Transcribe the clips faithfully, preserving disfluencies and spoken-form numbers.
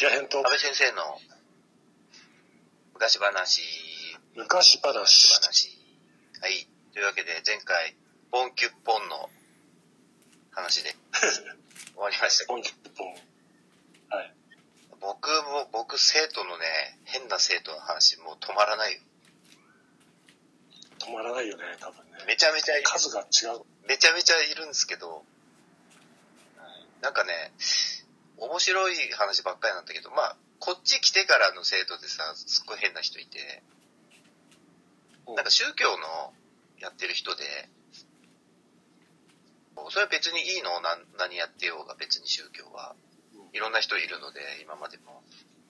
キラヘンと安倍先生の昔話昔話話はい。というわけで前回ポンキュッポンの話で終わりましたけど、 ポンキュッポン、はい、 僕も僕生徒のね、変な生徒の話もう止まらないよ。 止まらないよね、多分ね。 めちゃめちゃ数が違う。 めちゃめちゃいるんですけど、なんかね、面白い話ばっかりなんだけど、まあこっち来てからの生徒でさ、すっごい変な人いて、なんか宗教のやってる人で、それは別にいいの、何、何やってようが別に宗教はいろんな人いるので、今までも。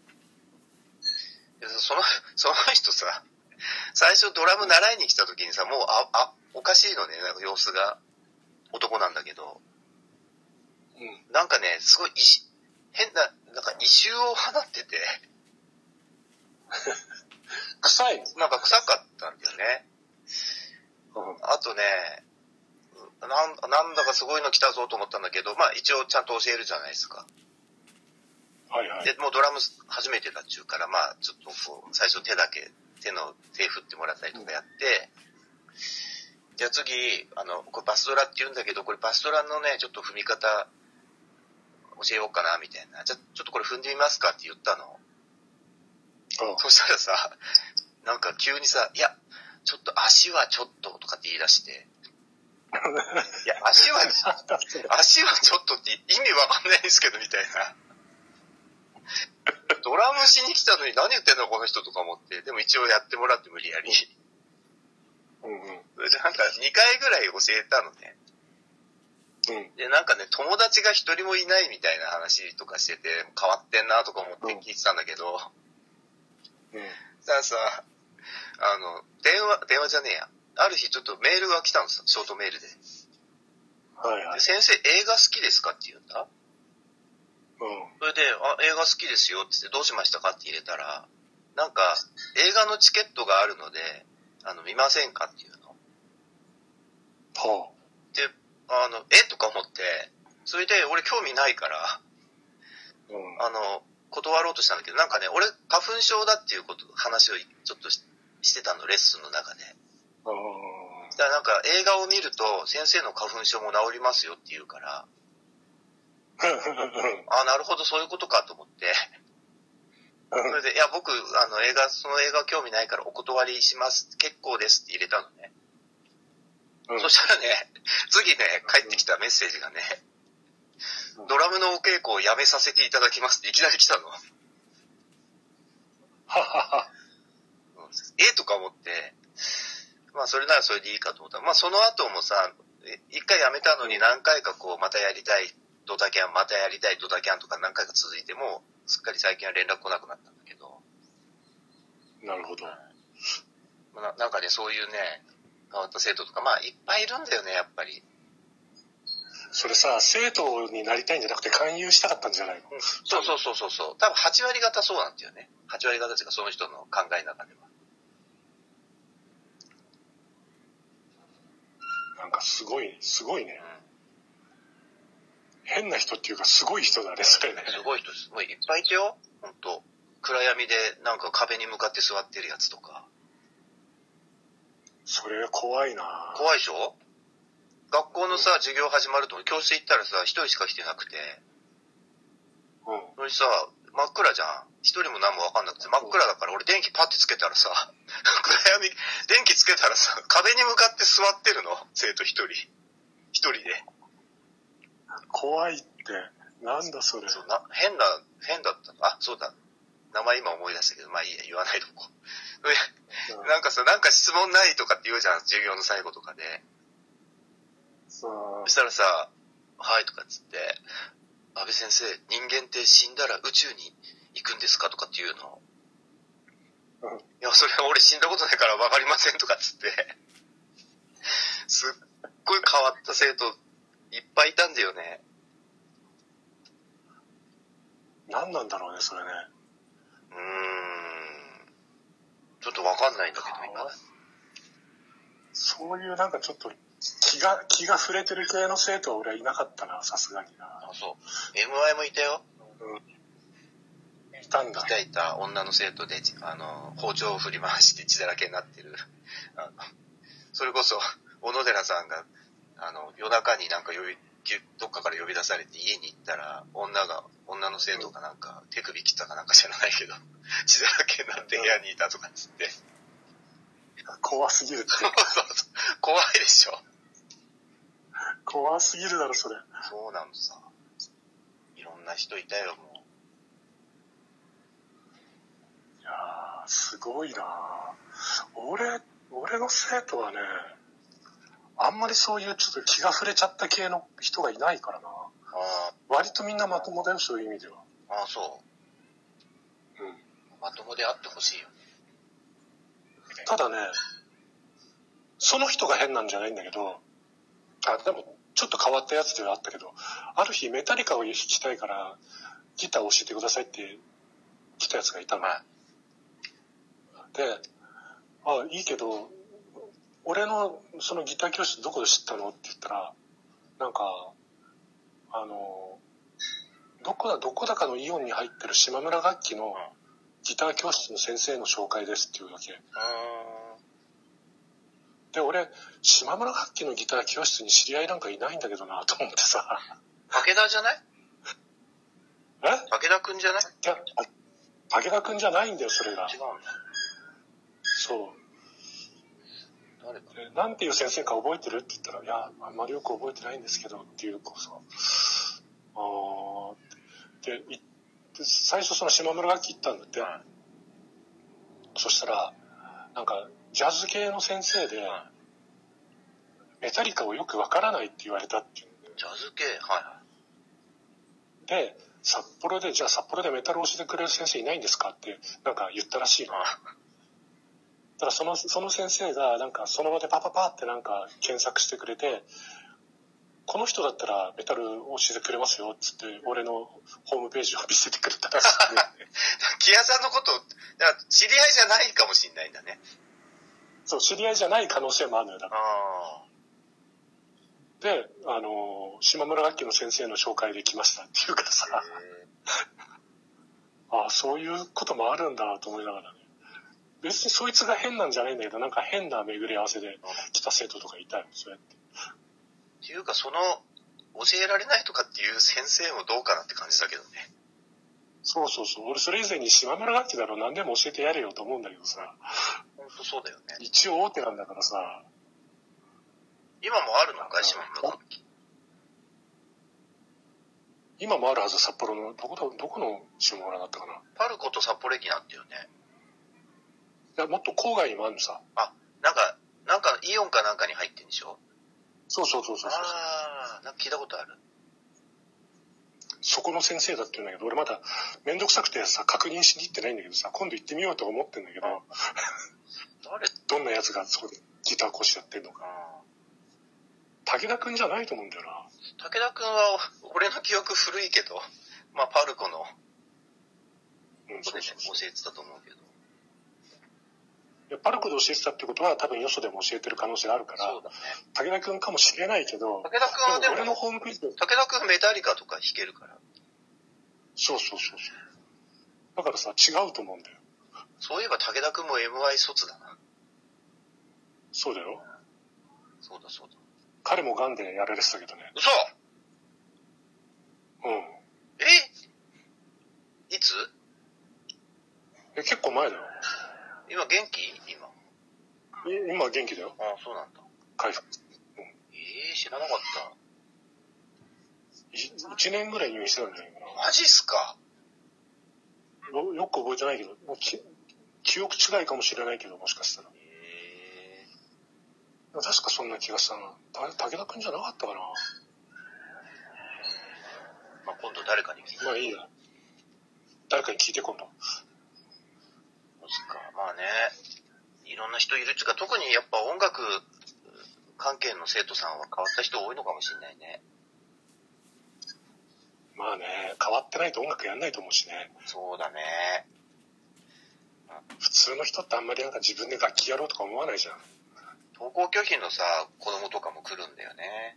でそのその人さ、最初ドラム習いに来た時にさ、もうああおかしいのね、なんか様子が。男なんだけど、 うん、 なんかね、すごい変な、なんか異臭を放ってて臭いなんか臭かったんだよね。 うん、 あとね、なんなんだかすごいの来たぞと思ったんだけど、まあ一応ちゃんと教えるじゃないですか。 はいはい。 で、もうドラム初めてだっちゅうから、まあちょっとこう、最初手だけ、手の、手振ってもらったりとかやって、うん、じゃあ次、あの、これバスドラって言うんだけど、これバスドラのね、ちょっと踏み方、教えようかな、みたいな。じゃあちょっとこれ踏んでみますかって言ったの。うん、そしたらさ、なんか急にさ、いや、ちょっと足はちょっととかって言い出して、いや、足は、足はちょっとって意味わかんないんですけど、みたいな。ドラムしに来たのに何言ってんのこの人とか思って、でも一応やってもらって無理やり。うんうん。それでなんかにかいぐらい教えたのね。うん。で、なんかね、友達が一人もいないみたいな話とかしてて、変わってんなとか思って聞いてたんだけど、うん。だからさ、あの、電話、電話じゃねえや。ある日ちょっとメールが来たんですよ、ショートメールで。はいはい。で、先生映画好きですかって言うんだ。うん。それで、あ、映画好きですよって言って、どうしましたかって入れたら、なんか、映画のチケットがあるので、あの、見ませんかっていうの。はあ。で、あの、えとか思って、それで、俺興味ないから、うん。あの、断ろうとしたんだけど、なんかね、俺、花粉症だっていうこと、話をちょっと し, してたの、レッスンの中で。ああ。だからなんか、映画を見ると、先生の花粉症も治りますよって言うから、あ、なるほど、そういうことかと思って。それで、いや、僕、あの、映画、その映画興味ないからお断りします。結構ですって入れたのね。うん、そしたらね、次ね、帰ってきたメッセージがね、うん、ドラムのお稽古をやめさせていただきますっていきなり来たの。ははは。えとか思って、まあ、それならそれでいいかと思ったら、まあ、その後もさ、一回やめたのに何回かこう、またやりたい。ドタキャン、またやりたいドタキャンとか何回か続いても、すっかり最近は連絡来なくなったんだけど。なるほど。な, なんかね、そういうね、変わった生徒とか、まあ、いっぱいいるんだよね、やっぱり。 それさ、生徒になりたいんじゃなくて勧誘したかったんじゃないの？ うん、そうそうそうそうそう。多分はち割方そうなんだよね。はち割方っていうか、その人の考えの中では。 なんかすごい、すごいね。うん変な人っていうかすごい人だね、それね。 すごい人です。もういっぱいいてよ、ほんと。暗闇でなんか壁に向かって座ってるやつとか。 それ怖いな。 怖いでしょ？学校のさ、授業始まると教室行ったらさ、一人しか来てなくて。うん。それさ、真っ暗じゃん。一人も何もわかんなくて、真っ暗だから俺電気パッてつけたらさ、暗闇、電気つけたらさ、壁に向かって座ってるの、生徒一人。一人で。 怖いって、なんだそれ。 そうな変な、変だったの。あ、そうだ。名前今思い出したけど、まあいいや、言わないとこう。うん、なんかさ、なんか質問ないとかって言うじゃん、授業の最後とかで。そしたらさ、はいとかっつって、安倍先生、人間って死んだら宇宙に行くんですかとかって言うの。うん、いや、それは俺死んだことないから分かりませんとかっつって。すっごい変わった生徒、いっぱいいたんだよね。 何なんだろうね、それね。 うーん。ちょっとわかんないんだけど、今。 そういうなんかちょっと気が、気が触れてる系の生徒は俺はいなかったな、さすがにな。 あ、そう。エムアイ もいたよ。 たんだ。 いたいた女の生徒で、あの、包丁を振り回して血だらけになってる。あのそれこそ、小野寺さんが、あの、夜中になんか呼び、どっかから呼び出されて家に行ったら、女が、女の生徒がなんか手首切ったかなんか知らないけど、血だらけになって部屋にいたとかっつって。 怖すぎるって。 そうそうそう。怖いでしょ。 怖すぎるだろ、それ。 そうなのさ。いろんな人いたよ、もう。 いやー、すごいな俺、俺の生徒はね、あんまりそういうちょっと気が触れちゃった系の人がいないからな。あ割とみんなまともだよ、そういう意味では。 ああ、そう。うん。まともであってほしいよ。 ただね、その人が変なんじゃないんだけど、あ、でもちょっと変わったやつではあったけど、ある日メタリカを弾きたいからギターを教えてくださいって来たやつがいたの。はい、で、あ、いいけど、俺のそのギター教室どこで知ったのって言ったら、なんか、あの、どこだ、どこだかのイオンに入ってる島村楽器のギター教室の先生の紹介ですっていうわけ。で、俺、島村楽器のギター教室に知り合いなんかいないんだけどなと思ってさ。 武田じゃない？ え？ 武田くんじゃない？ いや、武田くんじゃないんだよ、それが。 違うんだ。 そう。誰かでなんていう先生か覚えてるって言ったら、いや、あんまりよく覚えてないんですけどっていうこそ。あーってで、最初その島村楽器行ったんだって。はい、そしたら、なんか、ジャズ系の先生で、はい、メタリカをよくわからないって言われたっていうんで。 ジャズ系？はい。 で、札幌で、じゃあ札幌でメタルを教えてくれる先生いないんですかってなんか言ったらしいの。だからその、その先生がなんかその場でパパパってなんか検索してくれて、この人だったらメタル教えてくれますよっつって俺のホームページを見せてくれたらしい、ね。 木屋さんのこと、知り合いじゃないかもしれないんだね。 そう、知り合いじゃない可能性もあるのよ、だから。あで、あの、島村楽器の先生の紹介で来ましたっていうからさ、ああ、そういうこともあるんだと思いながらね。別にそいつが変なんじゃないんだけど、なんか変な巡り合わせで来た生徒とかいたよ、そうやって。 っていうか、その、教えられないとかっていう先生もどうかなって感じだけどね。 そうそうそう。俺それ以前に島村楽器だろ、何でも教えてやれよと思うんだけどさ。 ほんとそうだよね。 一応大手なんだからさ。 今もあるのかい、島村楽器。 今もあるはず、札幌の、どこだ、どこの島村だったかな。 パルコと札幌駅にあったよね。 いや、もっと郊外にもあるのさ。 あ、なんか、なんかイオンかなんかに入ってんでしょ？ そうそうそうそうそう。 ああ、なんか聞いたことある。 そこの先生だって言うんだけど、俺まだめんどくさくてさ、確認しに行ってないんだけどさ、今度行ってみようと思ってんだけど、誰どんなやつがそこでギター講師やってんのか。武田くんじゃないと思うんだよな。 武田くんは、俺の記憶古いけど、まあ、パルコの、うん、そうそうそう教えてたと思うけど。 いやパルコで教えてたってことは、多分よそでも教えてる可能性があるから、そうだね、武田くんかもしれないけど、 武田くんはでも、 俺のホームページで武田くんメタリカとか弾けるから。 そうそうそうそう。だからさ、違うと思うんだよ。 そういえば武田くんも エムアイ 卒だな。 そうだよ。 そうだそうだ。彼もガンでやられてたけどね。 嘘？ うん。 え？いつ？ え、結構前だよ。 今元気？今。 今元気だよ。 ああ、そうなんだ。 回復。 うん、ええー、知らなかった。 一年ぐらい入院してたんじゃないかな。 マジっすか？ よ、よく覚えてないけど、もうき記憶違いかもしれないけど、もしかしたら。 へー。確かそんな気がしたな。た、武田くんじゃなかったかな。 まあ今度誰かに聞いて。 まあいいや。誰かに聞いて今度。 そうっすか。まあね、いろんな人いるっていうか、特にやっぱ音楽関係の生徒さんは変わった人多いのかもしれないね。 まあね、変わってないと音楽やんないと思うしね。 そうだね。 普通の人ってあんまりなんか自分で楽器やろうとか思わないじゃん。 登校拒否のさ、子供とかも来るんだよね。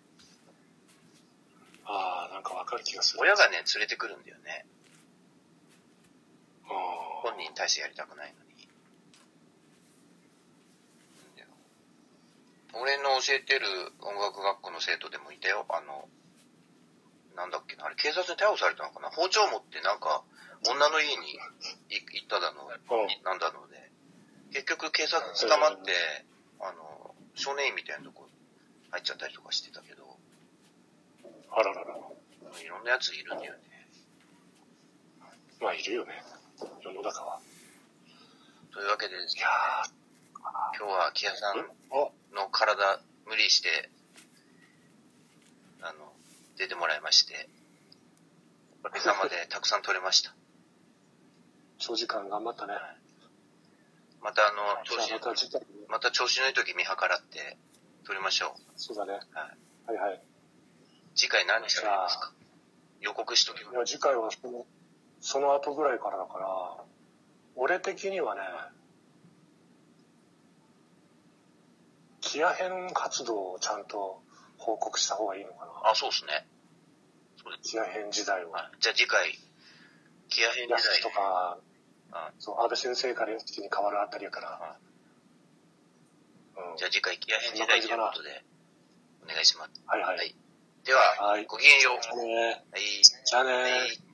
ああ、なんかわかる気がする。 親がね、連れてくるんだよね。 う本人に対してやりたくないのに。俺の教えてる音楽学校の生徒でもいたよ。あの、なんだっけな、あれ警察に逮捕されたのかな、包丁持ってなんか、女の家に行っただの、なんだので、結局警察捕まって、あの、少年院みたいなとこ入っちゃったりとかしてたけど。 あららら。 いろんなやついるんだよね。 まあ、いるよね。世の中は。 というわけでですね、 いや今日は木屋さんの体無理して、あの、出てもらいまして、おかげさまでたくさん取れました。 長時間頑張ったね。 またあの、調子、また調子のいい時見計らって取りましょう。 そうだね。 はい。 はいはい。 次回何しゃべりますか？予告しときます。 いや、次回はその、その後ぐらいからだから、俺的にはね、キア編活動をちゃんと報告した方がいいのかな。 あ、そうですね。 キア編時代を。 じゃあ次回、キア編時代。 ヤスとか、そう、安倍先生からヤスに変わるあたりやから。 うん、じゃあ次回、キア編時代ということで、お願いします。 はいはい。はい、 では、はい、ごきげんよう。 じゃあね。 はい。 じゃあね。はい。